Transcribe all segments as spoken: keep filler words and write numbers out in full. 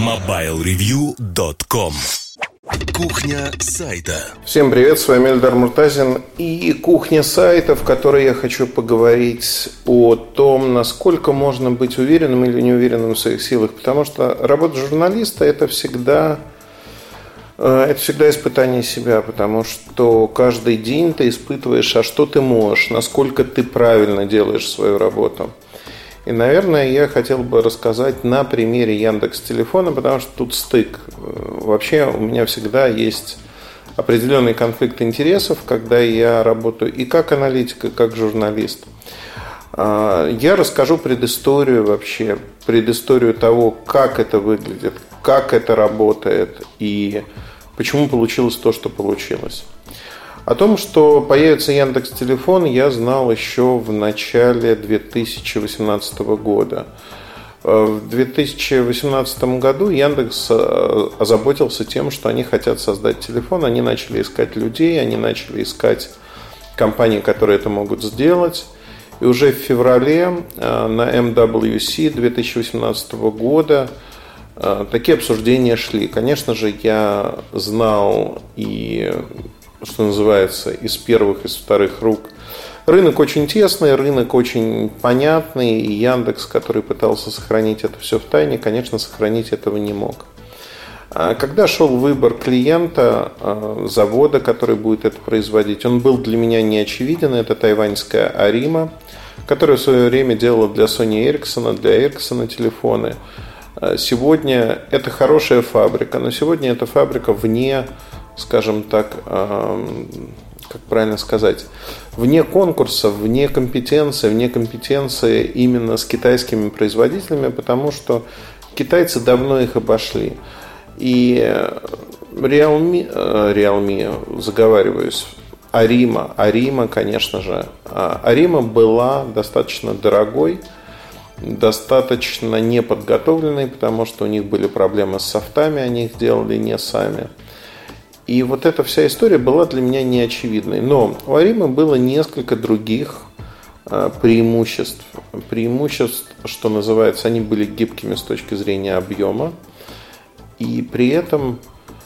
мобайл ревью точка ком. Кухня сайта. Всем привет, с вами Эльдар Муртазин и кухня сайта, в которой я хочу поговорить о том, насколько можно быть уверенным или неуверенным в своих силах. Потому что работа журналиста – это всегда, это всегда испытание себя, потому что каждый день ты испытываешь, а что ты можешь, насколько ты правильно делаешь свою работу. И, наверное, я хотел бы рассказать на примере Яндекс.Телефона, потому что тут стык. Вообще у меня всегда есть определенный конфликт интересов, когда я работаю и как аналитик, и как журналист. Я расскажу предысторию вообще, предысторию того, как это выглядит, как это работает и почему получилось то, что получилось. О том, что появится Яндекс.Телефон, я знал еще в начале две тысячи восемнадцатого года. В две тысячи восемнадцатом году Яндекс озаботился тем, что они хотят создать телефон. Они начали искать людей, они начали искать компании, которые это могут сделать. И уже в феврале на эм дабл ю си две тысячи восемнадцатого года такие обсуждения шли. Конечно же, я знал и... что называется, из первых, из вторых рук. Рынок очень тесный, рынок очень понятный, и Яндекс, который пытался сохранить это все в тайне, конечно, сохранить этого не мог. Когда шел выбор клиента, завода, который будет это производить, он был для меня не очевиден. Это тайваньская Арима, которая в свое время делала для Sony Ericsson, для Ericsson телефоны. Сегодня это хорошая фабрика, но сегодня эта фабрика вне, скажем так, как правильно сказать, вне конкурса, вне компетенции, вне компетенции именно с китайскими производителями, потому что китайцы давно их обошли. И Realme, Realme, заговариваюсь, Арима, Арима, конечно же, Арима была достаточно дорогой, достаточно неподготовленной, потому что у них были проблемы с софтами, они их делали не сами. И вот эта вся история была для меня неочевидной. Но у Аримы было несколько других преимуществ. Преимуществ, что называется, они были гибкими с точки зрения объема. И при этом,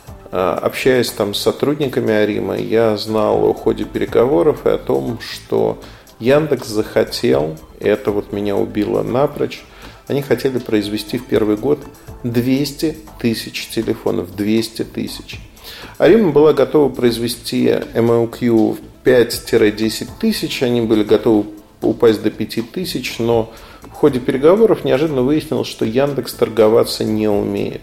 общаясь там с сотрудниками Аримы, я знал о ходе переговоров и о том, что Яндекс захотел, и это вот меня убило напрочь, они хотели произвести в первый год двести тысяч телефонов. двести тысяч. Арима была готова произвести эм эл кью в пять-десять тысяч, они были готовы упасть до пяти тысяч, но в ходе переговоров неожиданно выяснилось, что Яндекс торговаться не умеет.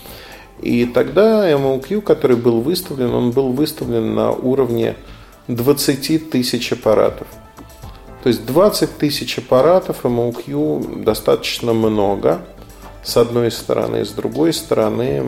И тогда эм эл кью, который был выставлен, он был выставлен на уровне двадцать тысяч аппаратов. То есть двадцать тысяч аппаратов эм эл кью достаточно много, с одной стороны. С другой стороны,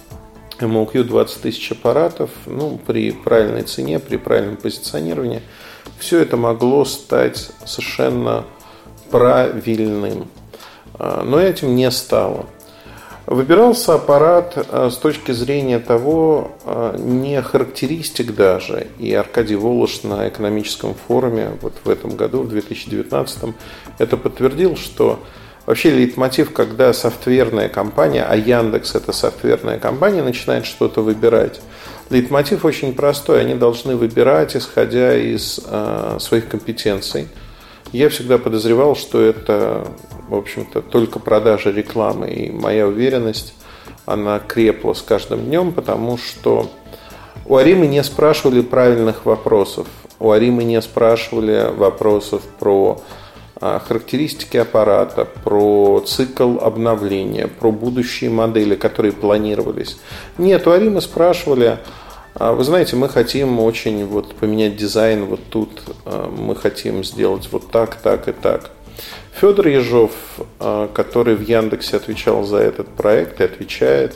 эм эл кью двадцать тысяч аппаратов, ну, при правильной цене, при правильном позиционировании, все это могло стать совершенно правильным. Но этим не стало. Выбирался аппарат с точки зрения того, не характеристик даже. И Аркадий Волош на экономическом форуме вот в этом году, в две тысячи девятнадцатом, это подтвердил, что вообще лейтмотив, когда софтверная компания, а Яндекс это софтверная компания, начинает что-то выбирать. Лейтмотив очень простой. Они должны выбирать, исходя из э, своих компетенций. Я всегда подозревал, что это, в общем-то, только продажа рекламы. И моя уверенность, она крепла с каждым днем, потому что у Аримы не спрашивали правильных вопросов. У Аримы не спрашивали вопросов про характеристики аппарата, про цикл обновления, про будущие модели, которые планировались. Нет, у Аримы спрашивали: вы знаете, мы хотим очень вот поменять дизайн вот тут, мы хотим сделать вот так, так и так. Федор Ежов, который в Яндексе отвечал за этот проект и отвечает,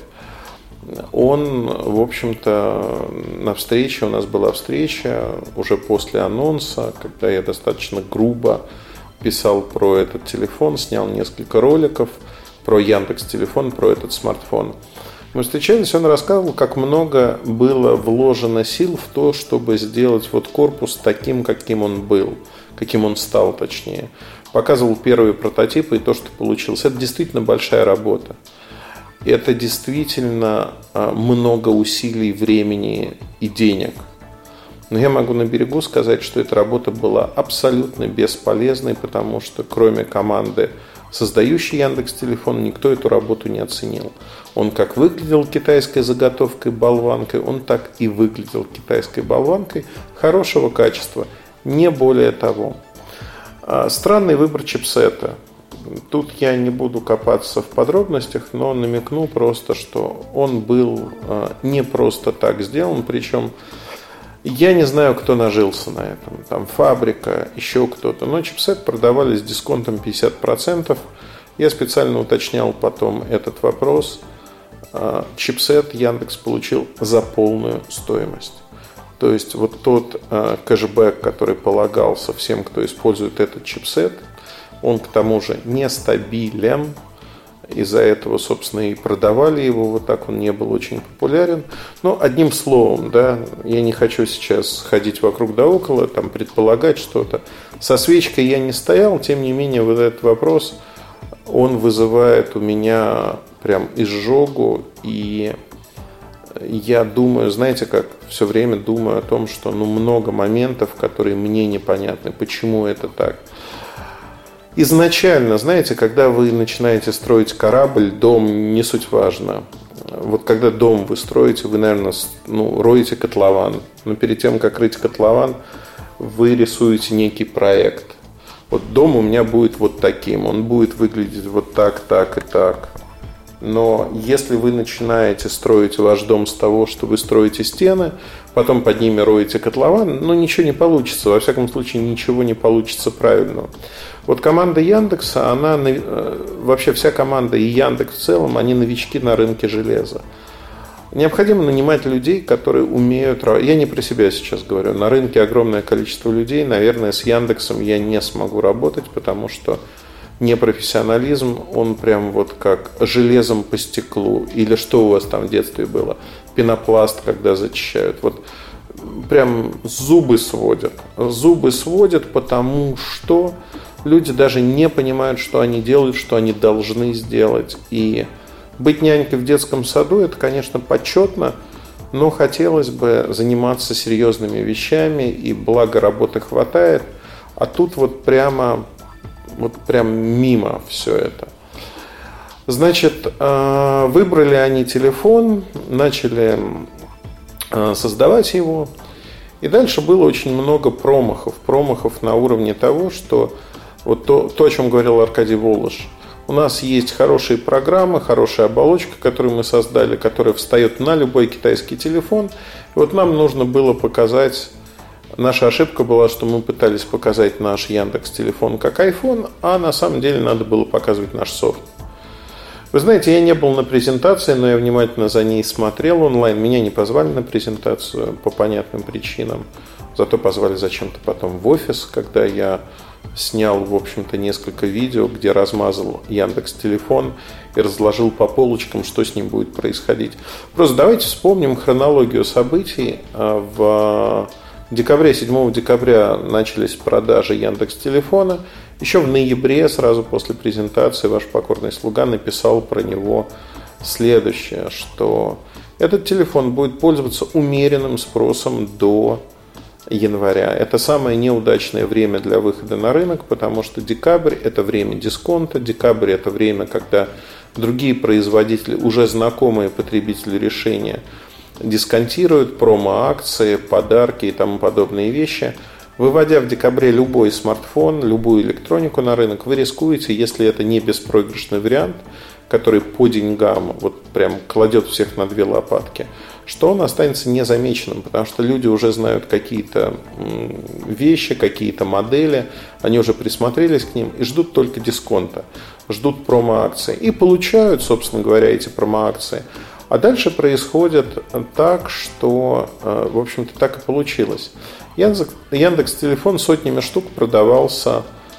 он, в общем-то, на встрече, у нас была встреча уже после анонса, когда я достаточно грубо писал про этот телефон, снял несколько роликов про Яндекс.Телефон, про этот смартфон. Мы встречались, он рассказывал, как много было вложено сил в то, чтобы сделать вот корпус таким, каким он был, каким он стал, точнее. Показывал первые прототипы и то, что получилось. Это действительно большая работа. это действительно много усилий, времени и денег. Но я могу на берегу сказать, что эта работа была абсолютно бесполезной, потому что кроме команды, создающей Яндекс.Телефон, никто эту работу не оценил. Он как выглядел китайской заготовкой, болванкой, он так и выглядел китайской болванкой хорошего качества, не более того. Странный выбор чипсета. Тут я не буду копаться в подробностях, но намекну просто, что он был не просто так сделан, причем я не знаю, кто нажился на этом. Там фабрика, еще кто-то. Но чипсет продавали с дисконтом пятьдесят процентов. Я специально уточнял потом этот вопрос. Чипсет Яндекс получил за полную стоимость. То есть вот тот кэшбэк, который полагался всем, кто использует этот чипсет, он к тому же нестабилен. Из-за этого, собственно, и продавали его вот так, он не был очень популярен. Но одним словом, да, я не хочу сейчас ходить вокруг да около, там, предполагать что-то. Со свечкой я не стоял, тем не менее, вот этот вопрос, он вызывает у меня прям изжогу. И я думаю, знаете, как все время думаю о том, что ну, много моментов, которые мне непонятны, почему это так. Изначально, знаете, когда вы начинаете строить корабль, дом, не суть важно. Вот когда дом вы строите, вы, наверное, ну, роете котлован. Но перед тем, как рыть котлован, вы рисуете некий проект. Вот дом у меня будет вот таким. Он будет выглядеть вот так, так и так. Но если вы начинаете строить ваш дом с того, что вы строите стены, потом под ними роете котлован, ну ничего не получится. Во всяком случае, ничего не получится правильного. Вот команда Яндекса, она, вообще вся команда и Яндекс в целом, они новички на рынке железа. Необходимо нанимать людей, которые умеют... Я не про себя сейчас говорю. На рынке огромное количество людей. Наверное, с Яндексом я не смогу работать, потому что непрофессионализм, он прям вот как железом по стеклу. Или что у вас там в детстве было? Пенопласт, когда зачищают. Вот прям зубы сводят. Зубы сводят, потому что люди даже не понимают, что они делают, что они должны сделать. И быть нянькой в детском саду, это, конечно, почетно, но хотелось бы заниматься серьезными вещами, и благо работы хватает. А тут вот прямо, вот прям мимо все это. Значит, выбрали они телефон, начали создавать его. И дальше было очень много промахов. Промахов на уровне того, что вот то, то, о чем говорил Аркадий Волош. У нас есть хорошие программы, хорошая оболочка, которую мы создали, которая встает на любой китайский телефон. И вот нам нужно было показать... Наша ошибка была, что мы пытались показать наш Яндекс.Телефон как iPhone, а на самом деле надо было показывать наш софт. Вы знаете, я не был на презентации, но я внимательно за ней смотрел онлайн. Меня не позвали на презентацию по понятным причинам. Зато позвали зачем-то потом в офис, когда я снял, в общем-то, несколько видео, где размазал Яндекс.Телефон и разложил по полочкам, что с ним будет происходить. Просто давайте вспомним хронологию событий. В декабре, седьмого декабря начались продажи Яндекс.Телефона. Еще в ноябре, сразу после презентации, ваш покорный слуга написал про него следующее, что этот телефон будет пользоваться умеренным спросом до января. Это самое неудачное время для выхода на рынок, потому что декабрь – это время дисконта, декабрь – это время, когда другие производители, уже знакомые потребители решения, дисконтируют промо-акции, подарки и тому подобные вещи. Выводя в декабре любой смартфон, любую электронику на рынок, вы рискуете, если это не беспроигрышный вариант, который по деньгам вот прям кладет всех на две лопатки, что он останется незамеченным, потому что люди уже знают какие-то вещи, какие-то модели, они уже присмотрелись к ним и ждут только дисконта, ждут промо-акции и получают, собственно говоря, эти промо-акции. А дальше происходит так, что, в общем-то, так и получилось. Яндекс, Яндекс.Телефон сотнями штук продавался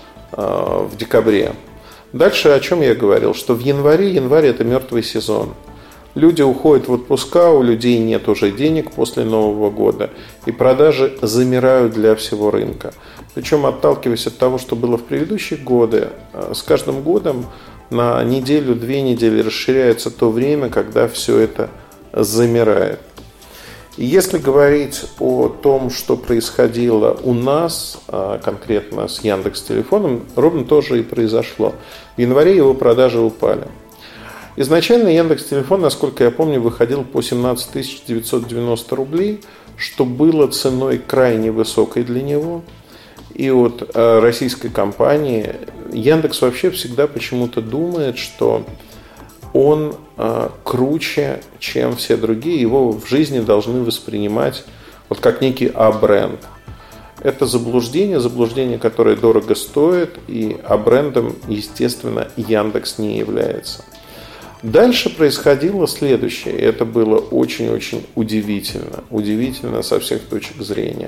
в декабре. Дальше о чем я говорил, что в январе, январь это мертвый сезон. Люди уходят в отпуска, у людей нет уже денег после Нового года, и продажи замирают для всего рынка. Причем, отталкиваясь от того, что было в предыдущие годы, с каждым годом на неделю, две недели расширяется то время, когда все это замирает. И если говорить о том, что происходило у нас, конкретно с Яндекс.Телефоном, ровно то же и произошло. В январе его продажи упали. Изначально Яндекс.Телефон, насколько я помню, выходил по семнадцать тысяч девятьсот девяносто рублей, что было ценой крайне высокой для него. И от российской компании Яндекс вообще всегда почему-то думает, что он э, круче, чем все другие. Его в жизни должны воспринимать вот как некий А-бренд. Это заблуждение, заблуждение, которое дорого стоит, и А-брендом, естественно, Яндекс не является. Дальше происходило следующее. Это было очень-очень удивительно. Удивительно со всех точек зрения.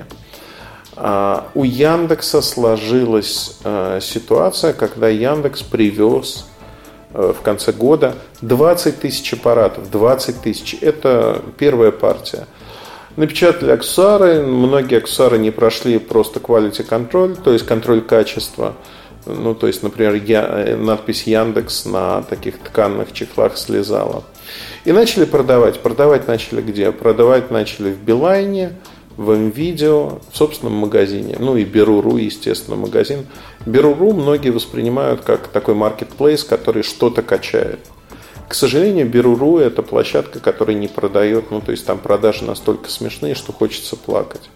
А, у Яндекса сложилась а, ситуация, когда Яндекс привез а, в конце года двадцать тысяч аппаратов. двадцать тысяч. Это первая партия. Напечатали аксессуары. Многие аксессуары не прошли просто quality control, то есть контроль качества. Ну, то есть, например, я, надпись Яндекс на таких тканных чехлах слезала. И начали продавать. Продавать начали где? Продавать начали в Билайне, в МВидео, в собственном магазине. Ну и Беру.ру, естественно, магазин. Беру.ру многие воспринимают как такой маркетплейс, который что-то качает. К сожалению, Беру.ру это площадка, которая не продает. Ну, то есть там продажи настолько смешные, что хочется плакать.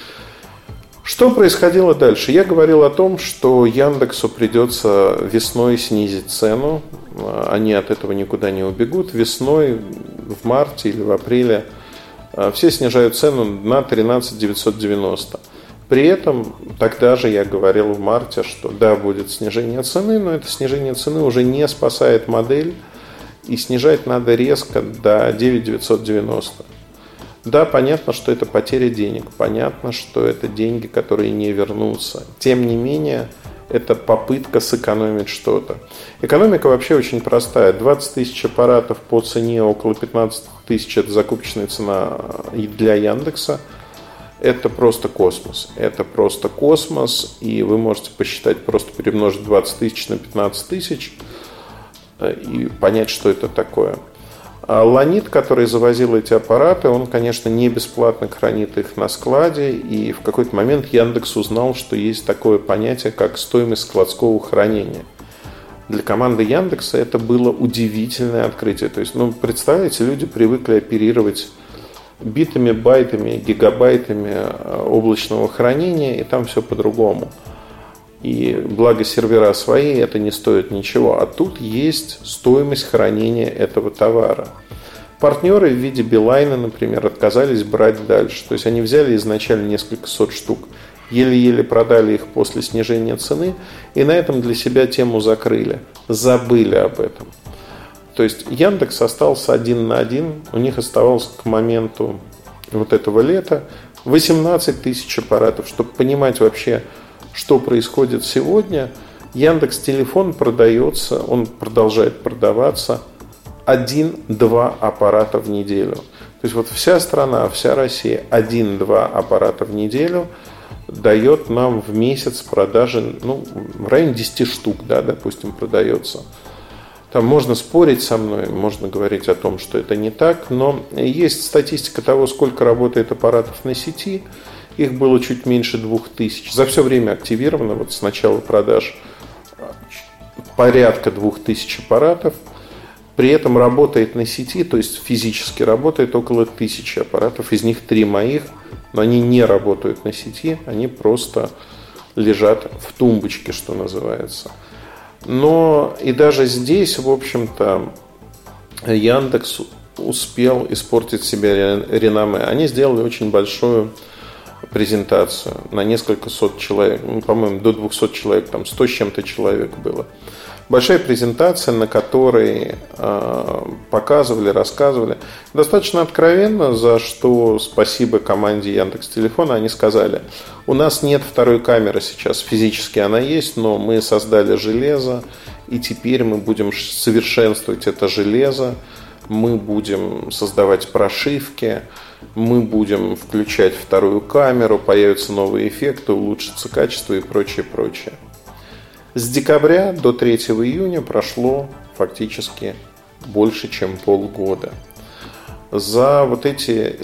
Что происходило дальше? Я говорил о том, что Яндексу придется весной снизить цену. Они от этого никуда не убегут. Весной, в марте или в апреле все снижают цену на тринадцать тысяч девятьсот девяносто. При этом тогда же я говорил в марте, что да, будет снижение цены, но это снижение цены уже не спасает модель. И снижать надо резко до девять тысяч девятьсот девяносто. Да, понятно, что это потеря денег. Понятно, что это деньги, которые не вернутся. Тем не менее, это попытка сэкономить что-то. Экономика вообще очень простая. двадцать тысяч аппаратов по цене около пятнадцать тысяч. Это закупочная цена для Яндекса. Это просто космос. Это просто космос. И вы можете посчитать, просто перемножить двадцать тысяч на пятнадцать тысяч и понять, что это такое. Ланит, который завозил эти аппараты, он, конечно, не бесплатно хранит их на складе. И в какой-то момент Яндекс узнал, что есть такое понятие, как стоимость складского хранения. Для команды Яндекса это было удивительное открытие. То есть, ну, представляете, люди привыкли оперировать битами, байтами, гигабайтами облачного хранения, и там все по-другому. И благо сервера свои, это не стоит ничего. А тут есть стоимость хранения этого товара. Партнеры в виде Билайна, например, отказались брать дальше. То есть они взяли изначально несколько сот штук, еле-еле продали их после снижения цены, и на этом для себя тему закрыли. Забыли об этом. То есть Яндекс остался один на один. У них оставалось к моменту вот этого лета восемнадцать тысяч аппаратов. Чтобы понимать вообще, что происходит сегодня, Яндекс.Телефон продается, он продолжает продаваться один-два аппарата в неделю. То есть вот вся страна, вся Россия один-два аппарата в неделю дает нам в месяц продажи, ну, в районе десять штук, да, допустим, продается. Там можно спорить со мной, можно говорить о том, что это не так, но есть статистика того, сколько работает аппаратов на сети. Их было чуть меньше двух тысяч. За все время активировано, вот с начала продаж, порядка двух тысяч аппаратов. При этом работает на сети, то есть физически работает около тысячи аппаратов. Из них три моих, но они не работают на сети, они просто лежат в тумбочке, что называется. Но и даже здесь, в общем-то, Яндекс успел испортить себе реноме. Они сделали очень большую презентацию на несколько сот человек, ну, по-моему, до двухсот человек, там сто с чем-то человек было. Большая презентация, на которой э, показывали, рассказывали. Достаточно откровенно, за что спасибо команде Яндекс.Телефона. Они сказали, у нас нет второй камеры сейчас, физически она есть, но мы создали железо, и теперь мы будем совершенствовать это железо, мы будем создавать прошивки, мы будем включать вторую камеру, появятся новые эффекты, улучшится качество и прочее, прочее. С декабря до третьего июня прошло фактически больше, чем полгода. За вот эти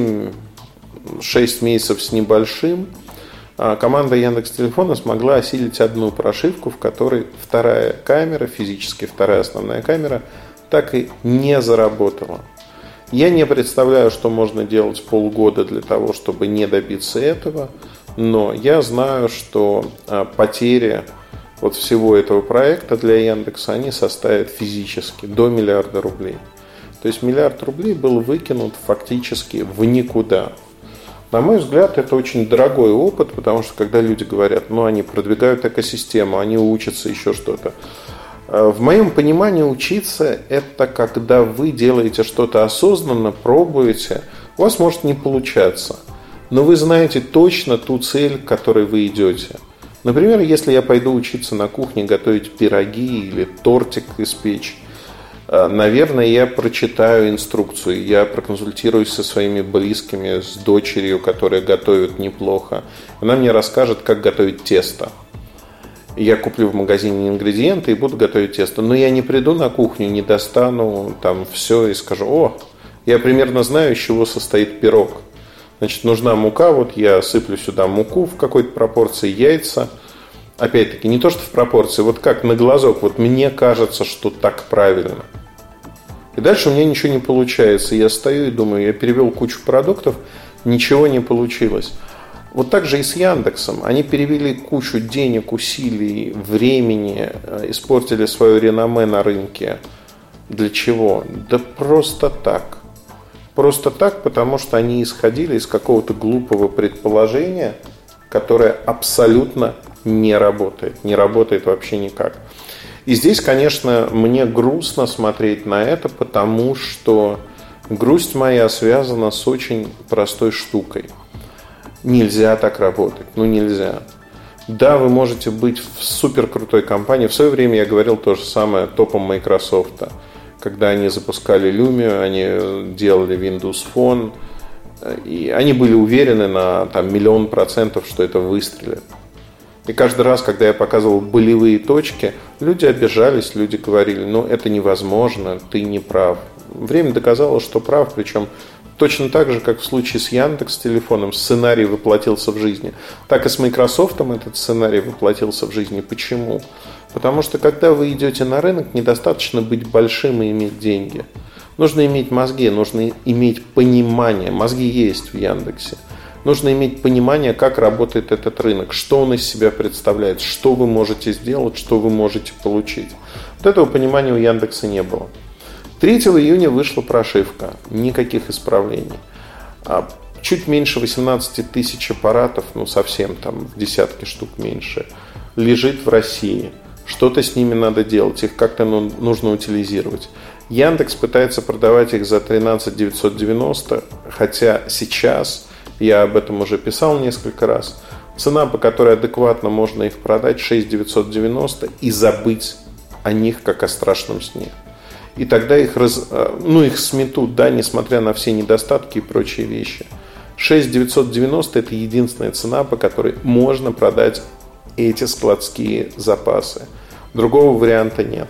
семь-шесть месяцев с небольшим команда Яндекс.Телефона смогла осилить одну прошивку, в которой вторая камера, физически вторая основная камера, так и не заработала. Я не представляю, что можно делать полгода для того, чтобы не добиться этого, но я знаю, что потери вот всего этого проекта для Яндекса, они составят физически до миллиарда рублей. То есть миллиард рублей был выкинут фактически в никуда. На мой взгляд, это очень дорогой опыт, потому что когда люди говорят, ну, они продвигают экосистему, они учатся, еще что-то. В моем понимании учиться – это когда вы делаете что-то осознанно, пробуете, у вас может не получаться, но вы знаете точно ту цель, к которой вы идете. Например, если я пойду учиться на кухне готовить пироги или тортик испечь, наверное, я прочитаю инструкцию, я проконсультируюсь со своими близкими, с дочерью, которая готовит неплохо. Она мне расскажет, как готовить тесто. Я куплю в магазине ингредиенты и буду готовить тесто. Но я не приду на кухню, не достану там все и скажу: о, я примерно знаю, из чего состоит пирог. Значит, нужна мука, вот я сыплю сюда муку в какой-то пропорции, яйца. Опять-таки, не то, что в пропорции, вот как на глазок, вот мне кажется, что так правильно. И дальше у меня ничего не получается. Я стою и думаю, я перевел кучу продуктов, ничего не получилось. Вот так же и с Яндексом. Они перевели кучу денег, усилий, времени, испортили свое реноме на рынке. Для чего? Да просто так. Просто так, потому что они исходили из какого-то глупого предположения, которое абсолютно не работает. Не работает вообще никак. И здесь, конечно, мне грустно смотреть на это, потому что грусть моя связана с очень простой штукой. Нельзя так работать. Ну, нельзя. Да, вы можете быть в супер крутой компании. В свое время я говорил то же самое топом Microsoft. Когда они запускали Lumia, они делали Windows Phone. И они были уверены на там, миллион процентов, что это выстрелит. И каждый раз, когда я показывал болевые точки, люди обижались, люди говорили: ну, это невозможно, ты не прав. Время доказало, что прав, причем точно так же, как в случае с Яндекс.Телефоном, сценарий воплотился в жизни, так и с Microsoft этот сценарий воплотился в жизни. Почему? Потому что, когда вы идете на рынок, недостаточно быть большим и иметь деньги. Нужно иметь мозги, нужно иметь понимание. Мозги есть в Яндексе. Нужно иметь понимание, как работает этот рынок, что он из себя представляет, что вы можете сделать, что вы можете получить. Вот этого понимания у Яндекса не было. третьего июня вышла прошивка, никаких исправлений. Чуть меньше восемнадцать тысяч аппаратов, ну совсем там в десятки штук меньше, лежит в России. Что-то с ними надо делать, их как-то нужно утилизировать. Яндекс пытается продавать их за тринадцать тысяч девятьсот девяносто, хотя сейчас, я об этом уже писал несколько раз, цена, по которой адекватно можно их продать, шесть тысяч девятьсот девяносто, и забыть о них как о страшном сне. И тогда их, раз, ну, их сметут, да, несмотря на все недостатки и прочие вещи. шесть тысяч девятьсот девяносто – это единственная цена, по которой можно продать эти складские запасы. Другого варианта нет.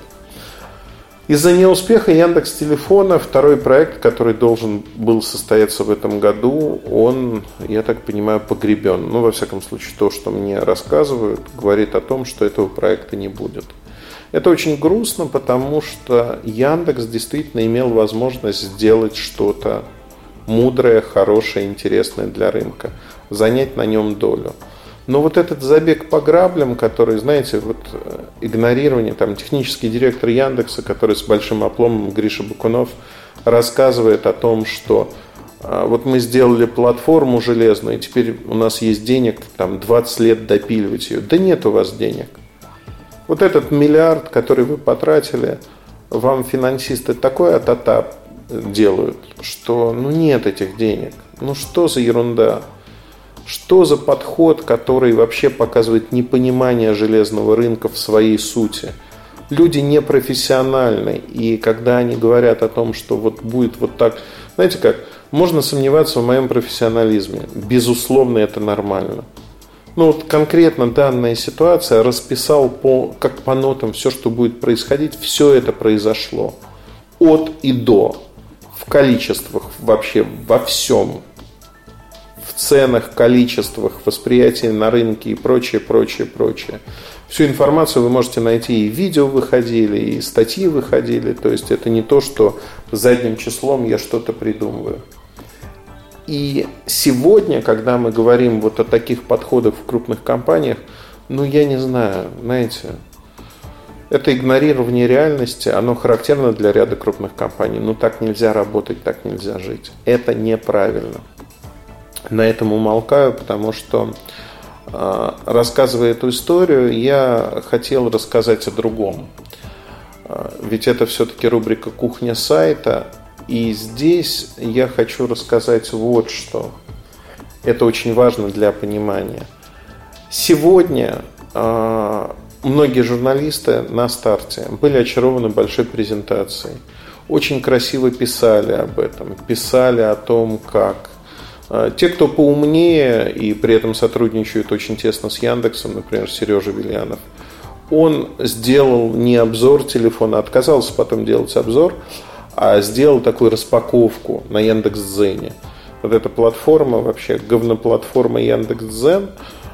Из-за неуспеха Яндекс.Телефона второй проект, который должен был состояться в этом году, он, я так понимаю, погребен. Ну, во всяком случае, то, что мне рассказывают, говорит о том, что этого проекта не будет. Это очень грустно, потому что Яндекс действительно имел возможность сделать что-то мудрое, хорошее, интересное для рынка, занять на нем долю. Но вот этот забег по граблям, который, знаете, вот игнорирование, там технический директор Яндекса, который с большим опломом, Гриша Бакунов, рассказывает о том, что а, вот мы сделали платформу железную, и теперь у нас есть денег там двадцать лет допиливать ее. Да нет у вас денег. Вот этот миллиард, который вы потратили, вам финансисты такой атата делают, что ну нет этих денег. Ну что за ерунда? Что за подход, который вообще показывает непонимание железного рынка в своей сути? Люди непрофессиональны, и когда они говорят о том, что вот будет вот так, знаете как, можно сомневаться в моем профессионализме. Безусловно, это нормально. Ну вот конкретно данная ситуация, расписал по, как по нотам все, что будет происходить, все это произошло. От и до. В количествах вообще, во всем. В ценах, количествах, восприятии на рынке и прочее, прочее, прочее. Всю информацию вы можете найти, и видео выходили, и статьи выходили. То есть это не то, что задним числом я что-то придумываю. И сегодня, когда мы говорим вот о таких подходах в крупных компаниях, ну, я не знаю, знаете, это игнорирование реальности, оно характерно для ряда крупных компаний. Ну, так нельзя работать, так нельзя жить. Это неправильно. На этом умолкаю, потому что, рассказывая эту историю, я хотел рассказать о другом. Ведь это все-таки рубрика «Кухня сайта». И здесь я хочу рассказать вот что. Это очень важно для понимания. Сегодня э, многие журналисты на старте были очарованы большой презентацией. Очень красиво писали об этом. Писали о том, как э, те, кто поумнее и при этом сотрудничают очень тесно с Яндексом, например, Сережа Вильянов, он сделал не обзор телефона, отказался потом делать обзор, а сделал такую распаковку на Яндекс.Дзене. Вот эта платформа, вообще говноплатформа Яндекс.Дзен,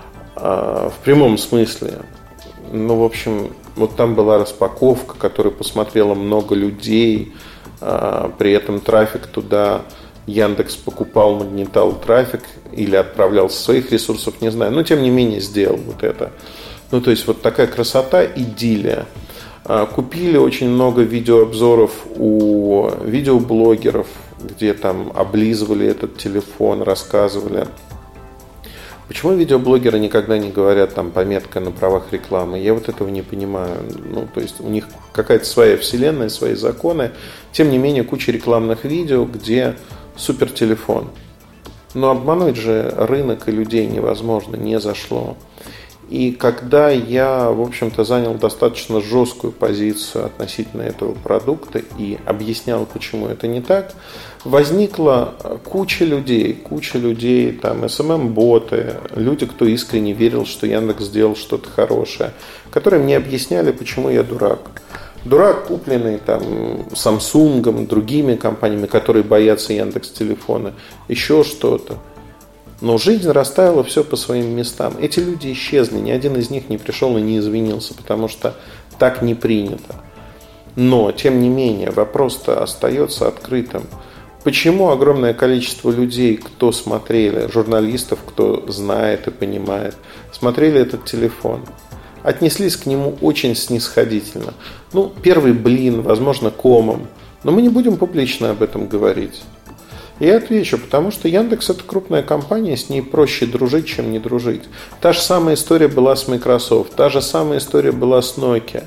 в прямом смысле. Ну, в общем, вот там была распаковка, которую посмотрело много людей. При этом трафик туда Яндекс покупал, нагнетал трафик или отправлял со своих ресурсов, не знаю. Но, тем не менее, сделал вот это. Ну, то есть, вот такая красота, идиллия. Купили очень много видеообзоров у видеоблогеров, где там облизывали этот телефон, рассказывали. Почему видеоблогеры никогда не говорят там пометка на правах рекламы? Я вот этого не понимаю. Ну, то есть у них какая-то своя вселенная, свои законы. Тем не менее, куча рекламных видео, где супертелефон. Но обмануть же рынок и людей невозможно, не зашло. И когда я, в общем-то, занял достаточно жесткую позицию относительно этого продукта и объяснял, почему это не так, возникла куча людей, куча людей, там, эс эм эм-боты, люди, кто искренне верил, что Яндекс сделал что-то хорошее, которые мне объясняли, почему я дурак. Дурак, купленный там Samsung, другими компаниями, которые боятся Яндекс.Телефона, еще что-то. Но жизнь расставила все по своим местам. Эти люди исчезли, ни один из них не пришел и не извинился, потому что так не принято. Но, тем не менее, вопрос-то остается открытым. Почему огромное количество людей, кто смотрели, журналистов, кто знает и понимает, смотрели этот телефон, отнеслись к нему очень снисходительно? Ну, первый блин, возможно, комом. Но мы не будем публично об этом говорить. Я отвечу, потому что Яндекс – это крупная компания, с ней проще дружить, чем не дружить. Та же самая история была с Microsoft, та же самая история была с Nokia.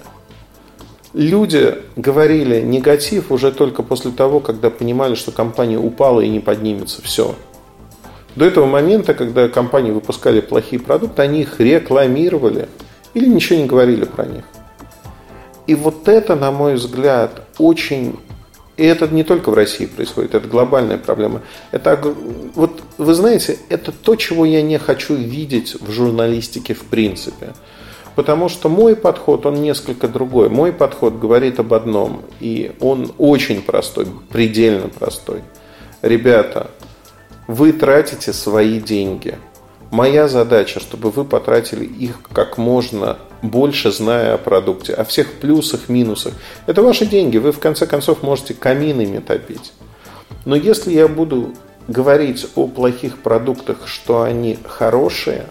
Люди говорили негатив уже только после того, когда понимали, что компания упала и не поднимется. Все. До этого момента, когда компании выпускали плохие продукты, они их рекламировали или ничего не говорили про них. И вот это, на мой взгляд, очень... И это не только в России происходит, это глобальная проблема. Это, вот, вы знаете, это то, чего я не хочу видеть в журналистике в принципе. Потому что мой подход, он несколько другой. Мой подход говорит об одном, и он очень простой, предельно простой. Ребята, вы тратите свои деньги. Моя задача, чтобы вы потратили их как можно больше, зная о продукте, о всех плюсах, минусах. Это ваши деньги, вы в конце концов можете каминами топить. Но если я буду говорить о плохих продуктах, что они хорошие,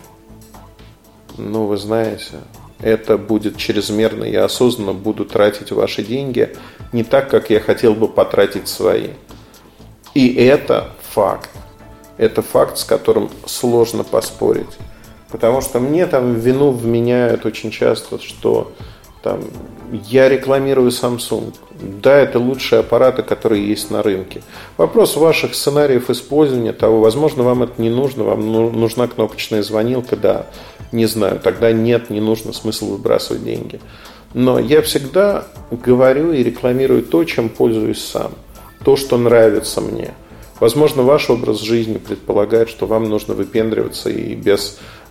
ну вы знаете, это будет чрезмерно. Я осознанно буду тратить ваши деньги не так, как я хотел бы потратить свои. И это факт. Это факт, с которым сложно поспорить. Потому что мне там вину вменяют очень часто, что там, я рекламирую Samsung. Да, это лучшие аппараты, которые есть на рынке. Вопрос ваших сценариев использования того, возможно, вам это не нужно, вам нужна кнопочная звонилка, да, не знаю, тогда нет, не нужно, смысл выбрасывать деньги. Но я всегда говорю и рекламирую то, чем пользуюсь сам. То, что нравится мне. Возможно, ваш образ жизни предполагает, что вам нужно выпендриваться и без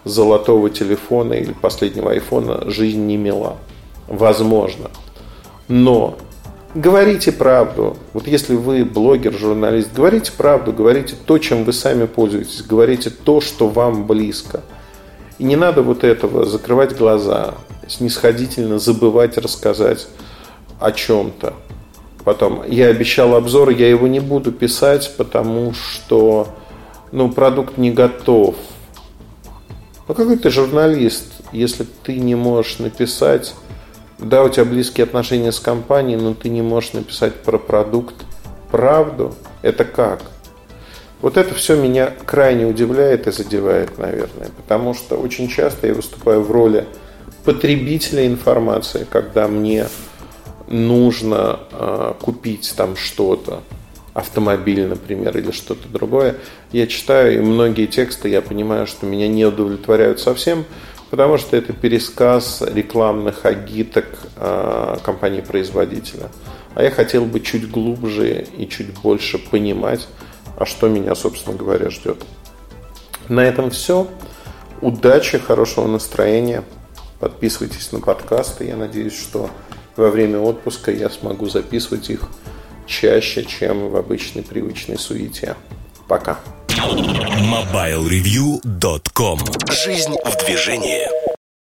золотого телефона или последнего айфона жизнь не мила. Возможно. Но говорите правду. Вот если вы блогер, журналист, говорите правду, говорите то, чем вы сами пользуетесь, говорите то, что вам близко. И не надо вот этого закрывать глаза, снисходительно забывать рассказать о чем-то. Потом, я обещал обзор, я его не буду писать, потому что ну, продукт не готов. Ну какой ты журналист, если ты не можешь написать, да, у тебя близкие отношения с компанией, но ты не можешь написать про продукт правду? Это как? Вот это все меня крайне удивляет и задевает, наверное, потому что очень часто я выступаю в роли потребителя информации, когда мне нужно э, купить там что-то, автомобиль, например, или что-то другое. Я читаю, и многие тексты, я понимаю, что меня не удовлетворяют совсем, потому что это пересказ рекламных агиток э, компании-производителя. А я хотел бы чуть глубже и чуть больше понимать, а что меня, собственно говоря, ждет. На этом все. Удачи, хорошего настроения. Подписывайтесь на подкасты. Я надеюсь, что во время отпуска я смогу записывать их чаще, чем в обычной привычной суете. Пока. мобайл ревью точка ком. Жизнь в движении.